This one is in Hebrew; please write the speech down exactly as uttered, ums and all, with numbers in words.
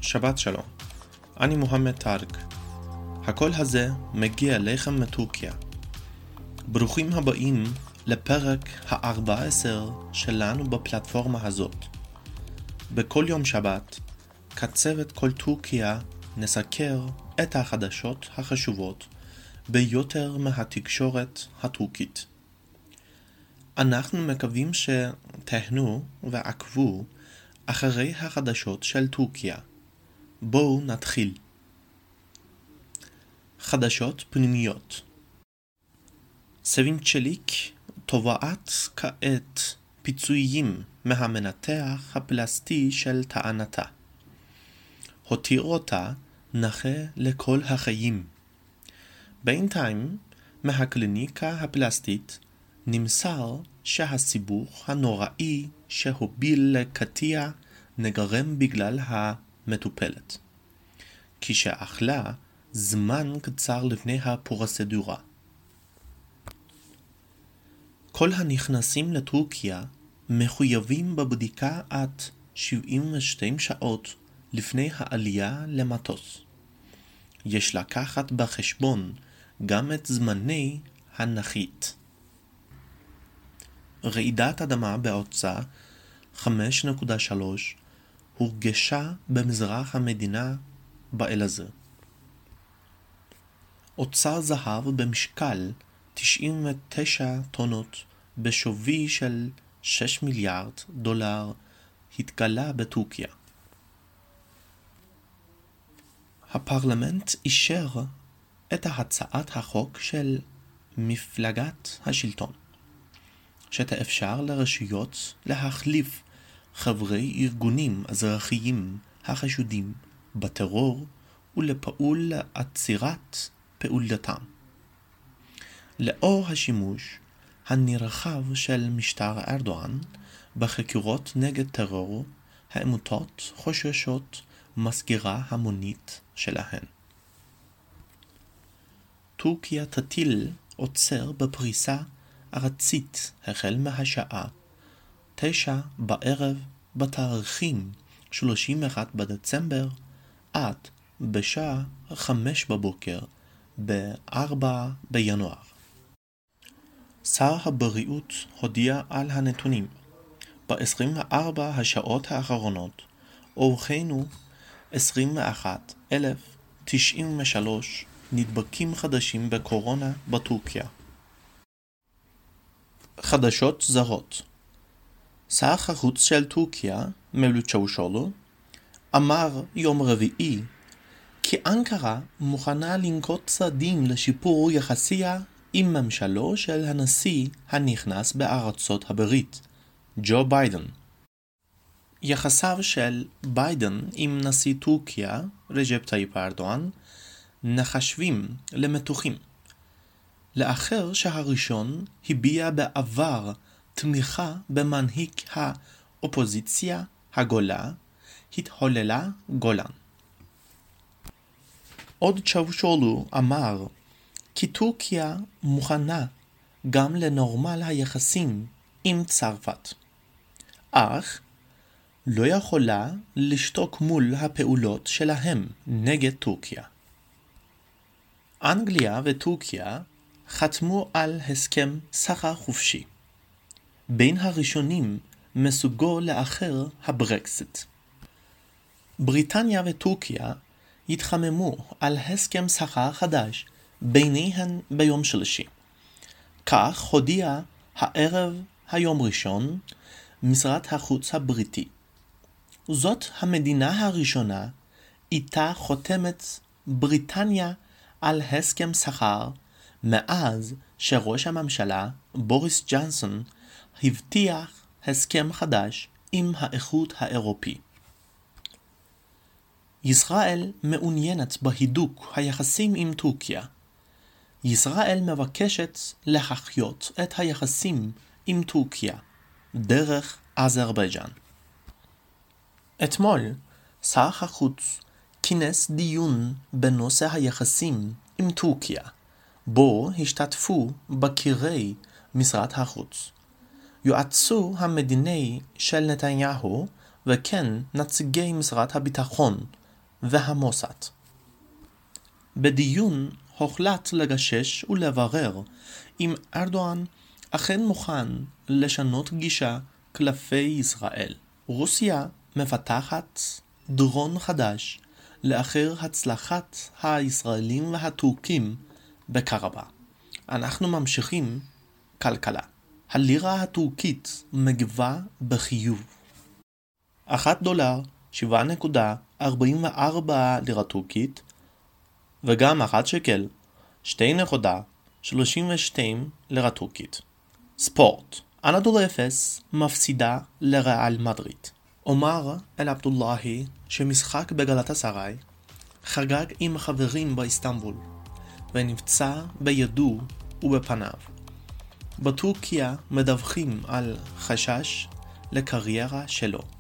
שבת שלום, אני מוחמד טארק. הקול הזה מגיע אליכם מטורקיה. ברוכים הבאים לפרק ה-ארבע עשרה שלנו בפלטפורמה הזאת. בכל יום שבת, כצוות כל טורקיה נסקר את החדשות החשובות ביותר מהתקשורת הטורקית. אנחנו מקווים שתהנו ועקבו אחרי החדשות של טורקיה. בואו נתחיל. חדשות פנימיות. סווינצ'ליק תובעת כעת פיצויים מהמנתח הפלסטי של טענתה. הותיר אותה נכה לכל החיים. בינתיים, מהקליניקה הפלסטית נמסר שהסיבוך הנוראי שהוביל לקטיעה נגרם בגלל המטופלת, כשאכלה זמן קצר לפני הפרוצדורה. כל הנכנסים לטורקיה מחויבים בבדיקה עד שבעים ושתיים שעות לפני העלייה למטוס. יש לקחת בחשבון גם את זמני הנחית. רעידת אדמה בעוצה חמש נקודה שלוש הורגשה במזרח המדינה באלעזר. אוצר זהב במשקל תשעים ותשע טונות בשווי של שישה מיליארד דולר התגלה בטורקיה. הפרלמנט אישר את הצעת החוק של מפלגת השלטון, שתאפשר לרשויות להחליף חברי ארגונים אזרחיים החשודים בטרור ולפעול לעצירת פעולתם. לאור השימוש הנרחב של משטר ארדואן בחקירות נגד טרור, העמותות חוששות מסגירה המונית שלהן. טורקיה תטיל עוצר בפריסה ארצית החל מהשעה תשע בערב בתאריכים שלושים ואחד בדצמבר עד בשעה חמש בבוקר ב-ארבעה בינואר. שר הבריאות הודיע על הנתונים. ב-עשרים וארבע השעות האחרונות אורחנו עשרים ואחד אלף תשעים ושלושה נדבקים חדשים בקורונה בטורקיה. חדשות זרות. שר החוץ של טורקיה, מevlut צ'אושולו, אמר יום רביעי כי אנקרה מוכנה לנקוט צעדים לשיפור יחסיה עם ממשלו של הנשיא הנכנס בארצות הברית, ג'ו ביידן. יחסיו של ביידן עם נשיא טורקיה, רג'פ טאיפ ארדואן, נחשבים למתוחים. לאחר שהראשון הביע בעבר תמיכה במנהיג האופוזיציה הגולה, התהוללה גולן. עוד צ'אושולו אמר כי טורקיה מוכנה גם לנורמל היחסים עם צרפת, אך לא יכולה לשתוק מול הפעולות שלהם נגד טורקיה. אנגליה וטורקיה חתמו על הסכם סחר חופשי, בין הראשונים מסוגו לאחר הברקסיט. בריטניה וטורקיה התחממו על הסכם סחר חדש ביניהן ביום שלישי. כך הודיע הערב היום ראשון משרד החוץ הבריטי. זאת המדינה הראשונה איתה חותמת בריטניה על הסכם סחר מאז שראש הממשלה בוריס ג'ונסון הבטיח הסכם חדש עם האיחוד האירופי. ישראל מעוניינת בהידוק היחסים עם טורקיה. ישראל מבקשת להחיות את היחסים עם טורקיה דרך אזרבייג'אן. אתמול שר החוץ כינס דיון בנושא היחסים עם טורקיה, בו השתתפו בקירי משרד החוץ. יועצו המדיני של נתניהו וכן נציגי משרד הביטחון והמוסד. בדיון הוחלט לגשש ולברר אם ארדואן אכן מוכן לשנות גישה כלפי ישראל. רוסיה מפתחת דרון חדש לאחר הצלחת הישראלים והטורקים בקרבה. אנחנו ממשיכים כלכלה. הלירה הטורקית מגיבה בחיוב. אחת דולר שבע נקודה ארבעים וארבע לירה טורקית וגם אחת שקל שתיים נקודה שלושים ושתיים לירה טורקית. ספורט. אנדולו אפס מפסידה לריאל מדריד. עומר אל עבדוללהי שמשחק בגלאטסראי חגג עם חברים באיסטנבול ונפצע בידו ובפניו. בטורקיה מדווחים על חשש לקריירה שלו.